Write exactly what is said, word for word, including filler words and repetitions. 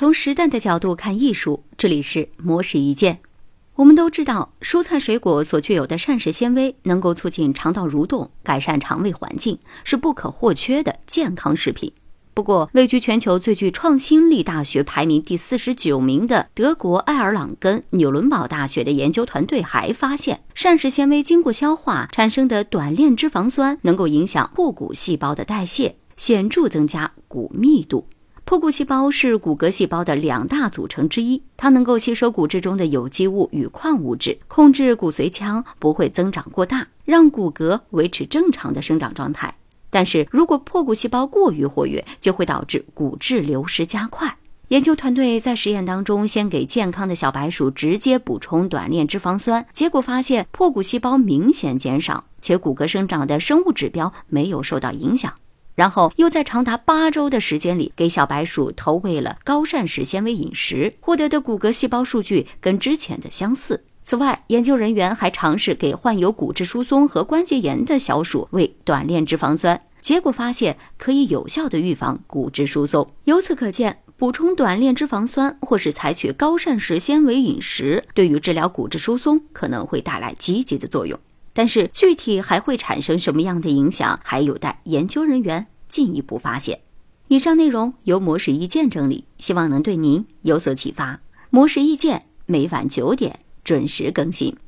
从实弹的角度看艺术，这里是魔石一见。我们都知道，蔬菜水果所具有的膳食纤维能够促进肠道蠕动，改善肠胃环境，是不可或缺的健康食品。不过，位居全球最具创新力大学排名第四十九名的德国埃尔朗根纽伦堡大学的研究团队还发现，膳食纤维经过消化产生的短链脂肪酸能够影响破骨细胞的代谢，显著增加骨密度。破骨细胞是骨骼细胞的两大组成之一，它能够吸收骨质中的有机物与矿物质，控制骨髓腔不会增长过大，让骨骼维持正常的生长状态。但是如果破骨细胞过于活跃，就会导致骨质流失加快。研究团队在实验当中先给健康的小白鼠直接补充短链脂肪酸，结果发现破骨细胞明显减少，且骨骼生长的生物指标没有受到影响。然后又在长达八周的时间里给小白鼠投喂了高膳食纤维饮食，获得的骨骼细胞数据跟之前的相似。此外，研究人员还尝试给患有骨质疏松和关节炎的小鼠喂短链脂肪酸，结果发现可以有效地预防骨质疏松。由此可见，补充短链脂肪酸或是采取高膳食纤维饮食，对于治疗骨质疏松可能会带来积极的作用。但是具体还会产生什么样的影响，还有待研究人员进一步发现。以上内容由魔石意见整理，希望能对您有所启发。魔石意见每晚九点准时更新。